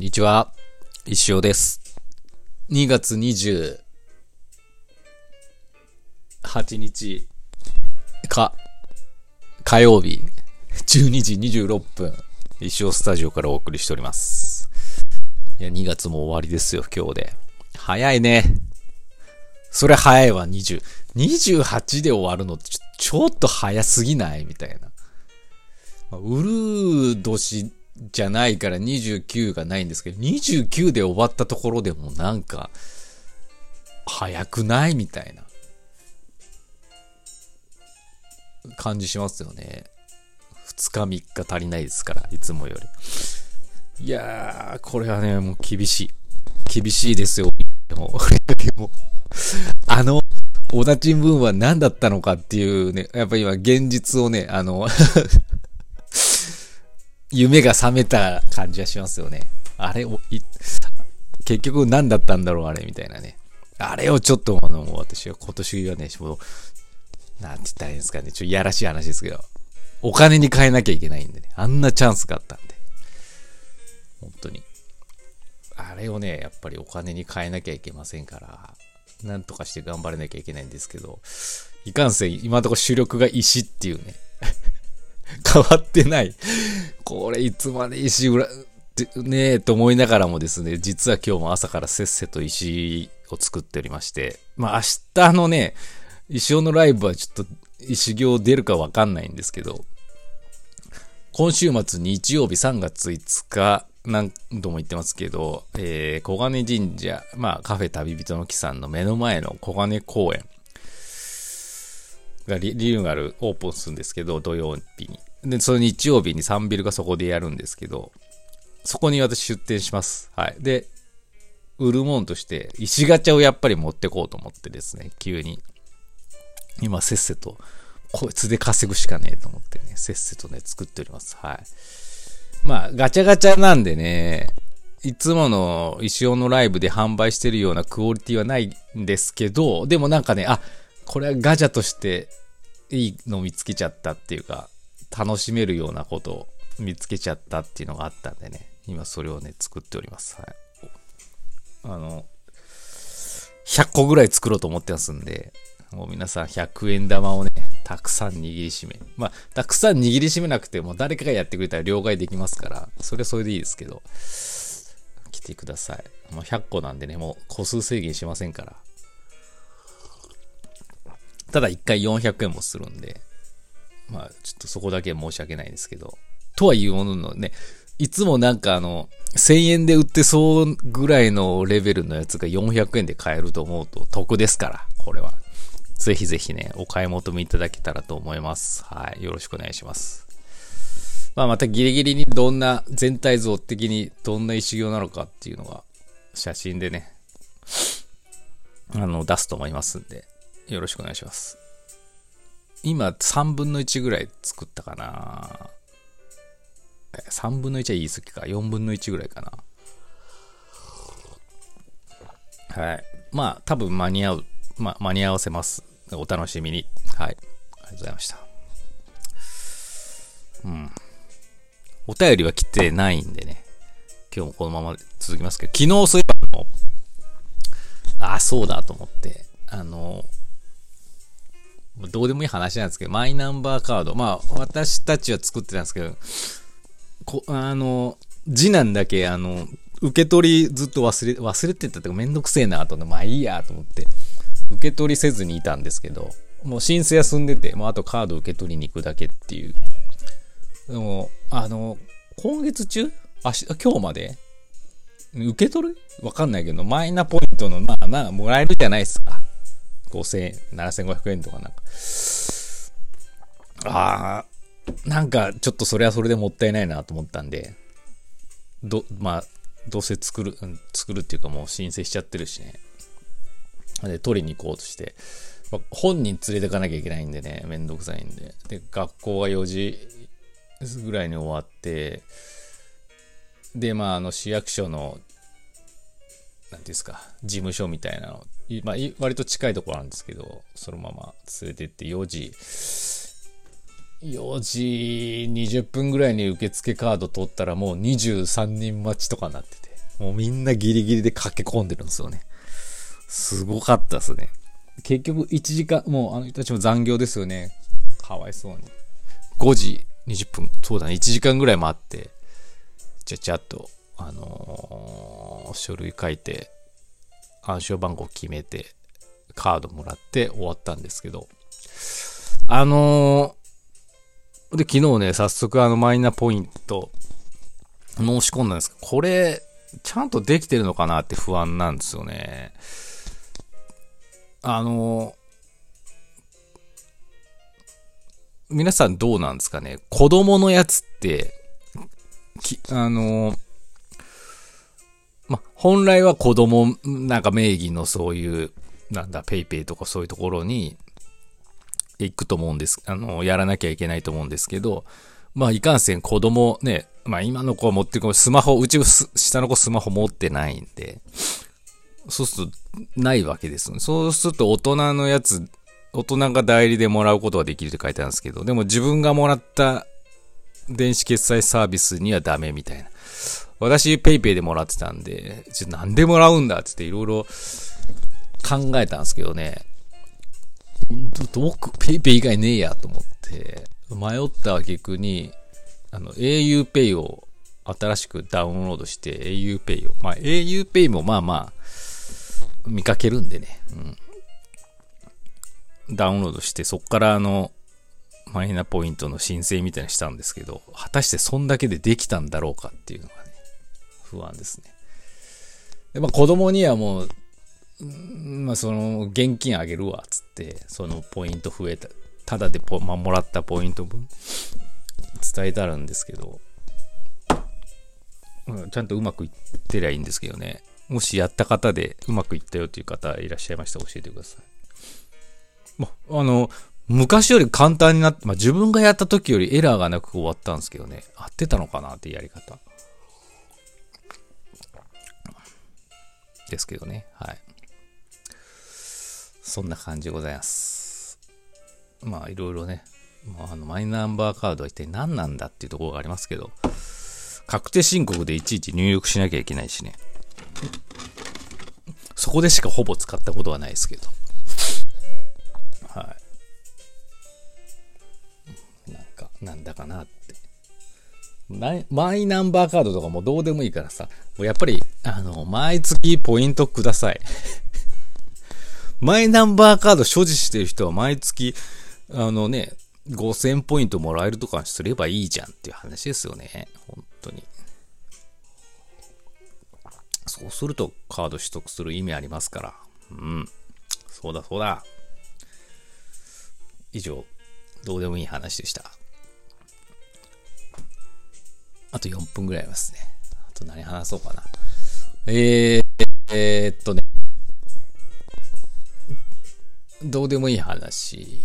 にちは、石尾です。2月28日火曜日12時26分、石尾スタジオからお送りしております。いや、2月も終わりですよ、今日で。早いね。それ早いわ、28で終わるのってちょっと早すぎないみたいな。ウルー年じゃないから29がないんですけど、29で終わったところでもなんか早くないみたいな感じしますよね。2日3日足りないですから、いつもより。いやー、これはね、もう厳しいですよ。もう小田新聞は何だったのかっていうね、やっぱり今現実をね、夢が覚めた感じはしますよね。あれを、結局何だったんだろうあれみたいなね。あれをちょっともう私は今年はね、もう、なんて言ったらいいんですかね。ちょっといやらしい話ですけど、お金に変えなきゃいけないんでね。あんなチャンスがあったんで。本当に。あれをね、やっぱりお金に変えなきゃいけませんから、なんとかして頑張らなきゃいけないんですけど、いかんせん今のところ主力が石っていうね。変わってない。これいつまで石裏ってねえと思いながらもですね、実は今日も朝からせっせと石を作っておりまして、まあ明日のね、石尾のライブはちょっと石行出るかわかんないんですけど、今週末日曜日3月5日、何度も言ってますけど、小金神社、まあカフェ旅人の木さんの目の前の小金公園がリニューアルオープンするんですけど、土曜日に。で、その日曜日に3ビルがそこでやるんですけど、そこに私出店します。はい。で、売るもんとして石ガチャをやっぱり持ってこうと思ってですね、急に。今せっせと、こいつで稼ぐしかねえと思ってね、せっせとね、作っております。はい。まあ、ガチャガチャなんでね、いつもの石尾のライブで販売してるようなクオリティはないんですけど、でもなんかね、これはガチャとしていいの見つけちゃったっていうか、楽しめるようなことを見つけちゃったっていうのがあったんでね、今それをね、作っております。はい。100個ぐらい作ろうと思ってますんで、もう皆さん100円玉をね、たくさん握りしめ。まあ、たくさん握りしめなくても誰かがやってくれたら両替できますから、それはそれでいいですけど、来てください。もう100個なんでね、もう個数制限しませんから。ただ1回400円もするんで、まあ、ちょっとそこだけ申し訳ないんですけど、とはいうもののね、いつもなんか1000円で売ってそうぐらいのレベルのやつが400円で買えると思うと得ですから、これは。ぜひぜひね、お買い求めいただけたらと思います。はい。よろしくお願いします。まあ、またギリギリにどんな、全体像的にどんな石行なのかっていうのが、写真でね、出すと思いますんで、よろしくお願いします。今、3分の1ぐらい作ったかな。3分の1は言い過ぎか。4分の1ぐらいかな。はい。まあ、多分間に合わせます。お楽しみに。はい。ありがとうございました。うん。お便りは来てないんでね。今日もこのまま続きますけど、昨日そういえばそうだと思って、どうでもいい話なんですけど、マイナンバーカード。まあ、私たちは作ってたんですけど、次男だけ、受け取りずっと忘れてたってかめんどくせえなと、まあいいやと思って、受け取りせずにいたんですけど、もう申請は済んでて、もうあとカード受け取りに行くだけっていう。でも、今月中今日まで受け取るわかんないけど、マイナポイントの、まあ、もらえるじゃないですか。5000円、7500円とかなんか。なんか、ちょっとそれはそれでもったいないなと思ったんで、どうせ作るっていうかもう申請しちゃってるしね。で、取りに行こうとして、本人連れてかなきゃいけないんでね、めんどくさいんで。で、学校が4時ぐらいに終わって、で、市役所の、なんていうんですか、事務所みたいなの、割と近いところなんですけど、そのまま連れてって4時20分ぐらいに受付カード取ったらもう23人待ちとかになってて、 もうみんなギリギリで駆け込んでるんですよね。すごかったですね。結局1時間、もうあの人たちも残業ですよね。かわいそうに。5時20分、そうだね、1時間ぐらい待って、ちゃっと、書類書いて、暗証番号決めて、カードもらって終わったんですけど、で、昨日ね、早速マイナポイント申し込んだんですけど、これ、ちゃんとできてるのかなって不安なんですよね。皆さんどうなんですかね。子供のやつって、本来は子供、なんか名義のそういう、ペイペイとかそういうところに行くと思うんです。やらなきゃいけないと思うんですけど、いかんせん子供ね、今の子は持ってるスマホ、うち下の子スマホ持ってないんで、そうするとないわけですね。そうすると大人のやつ、大人が代理でもらうことができるって書いてあるんですけど、でも自分がもらった電子決済サービスにはダメみたいな。私ペイペイでもらってたんで、なんでもらうんだって言っていろいろ考えたんですけどね、ペイペイ以外ねえやと思って迷った挙句にau ペイを新しくダウンロードして au ペイをau ペイも見かけるんでね、ダウンロードしてそっからマイナポイントの申請みたいにしたんですけど、果たしてそんだけでできたんだろうかっていうのがね、不安ですね。で、子供にはもうその現金あげるわっつってそのポイント増えたただでもらったポイント分伝えてあるんですけど、ちゃんとうまくいってりゃいいんですけどね。もしやった方でうまくいったよという方いらっしゃいましたら教えてください。昔より簡単になって、自分がやった時よりエラーがなく終わったんですけどね、合ってたのかなってやり方ですけどね。はい、そんな感じでございます。いろいろね、マイナンバーカードは一体何なんだっていうところがありますけど、確定申告でいちいち入力しなきゃいけないしね。そこでしかほぼ使ったことはないですけど。はい。なんだかなって。マイナンバーカードとかもどうでもいいからさ、もうやっぱり、毎月ポイントください。マイナンバーカード所持してる人は毎月、5000ポイントもらえるとかすればいいじゃんっていう話ですよね。本当に。そうするとカード取得する意味ありますから。そうだ。以上、どうでもいい話でした。あと4分ぐらいありますね。あと何話そうかな。どうでもいい話。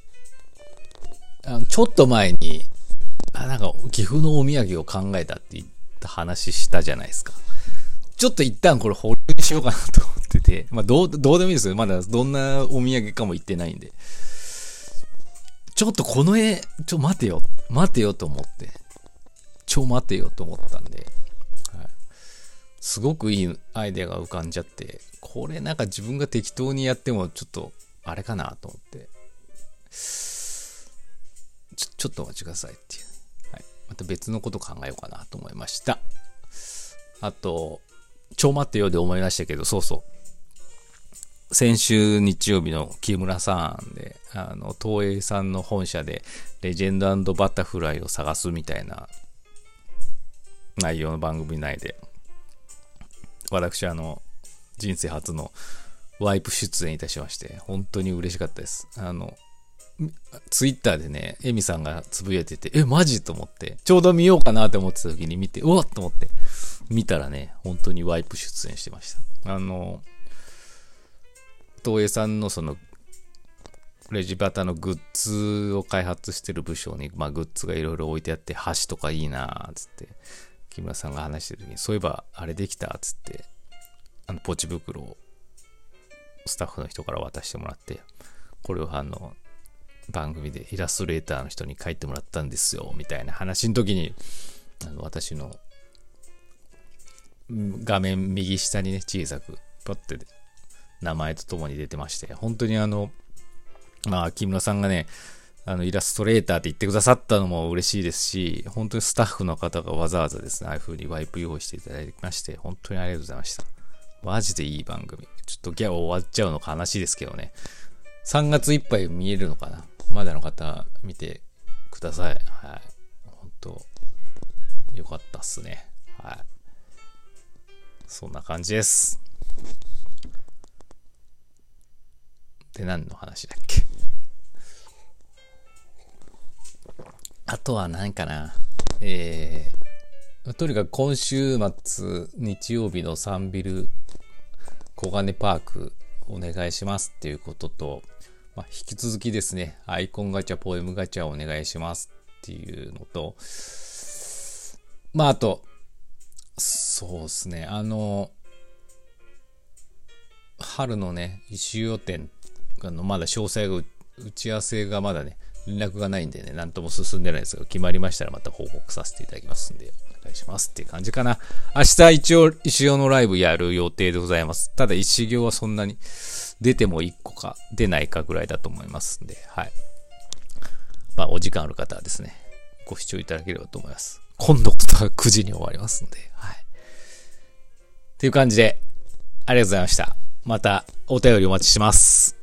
ちょっと前に、岐阜のお土産を考えたって言った話したじゃないですか。ちょっと一旦これ保留にしようかなと思ってて、どうでもいいですよ。まだどんなお土産かも言ってないんで。ちょっとこの絵、待てよと思って。待てよと思ったんで、はい、すごくいいアイデアが浮かんじゃって、これ自分が適当にやってもちょっとあれかなと思って、ちょっとお待ちくださいっていう、はい、また別のこと考えようかなと思いました。あと待ってよで思いましたけど、そう先週日曜日の木村さんで東映さんの本社でレジェンド&バタフライを探すみたいな内容の番組内で、私人生初のワイプ出演いたしまして、本当に嬉しかったです。ツイッターでね、エミさんがつぶやいてて、マジと思って、ちょうど見ようかなって思ってた時に見て、うわっと思って、見たらね、本当にワイプ出演してました。東映さんのその、レジバタのグッズを開発してる部署に、グッズがいろいろ置いてあって、箸とかいいなーつって、木村さんが話してる時に、そういえばあれできたつって、ポチ袋をスタッフの人から渡してもらって、これを番組でイラストレーターの人に書いてもらったんですよみたいな話の時に、私の画面右下にね、小さく、パッて名前とともに出てまして、本当に木村さんがね、イラストレーターって言ってくださったのも嬉しいですし、本当にスタッフの方がわざわざですね、ああいう風にワイプ用意していただきまして、本当にありがとうございました。マジでいい番組。ちょっとギャオ終わっちゃうの悲しいですけどね。3月いっぱい見えるのかな。まだの方見てください。はい。本当よかったっすね。はい。そんな感じです。で、何の話だっけ。あとは何かな。とにかく今週末、日曜日のサンビル小金パークお願いしますっていうことと、引き続きですね、アイコンガチャ、ポエムガチャお願いしますっていうのと、あと、そうですね、春のね、石予展まだ詳細が打ち合わせがまだね、連絡がないんでね、なんとも進んでないですが、決まりましたらまた報告させていただきますんで、お願いしますっていう感じかな。明日一応石行のライブやる予定でございます。ただ石行はそんなに出ても1個か出ないかぐらいだと思いますんで、はい。お時間ある方はですね、ご視聴いただければと思います。今度こそは9時に終わりますんで、はい。っていう感じで、ありがとうございました。またお便りお待ちします。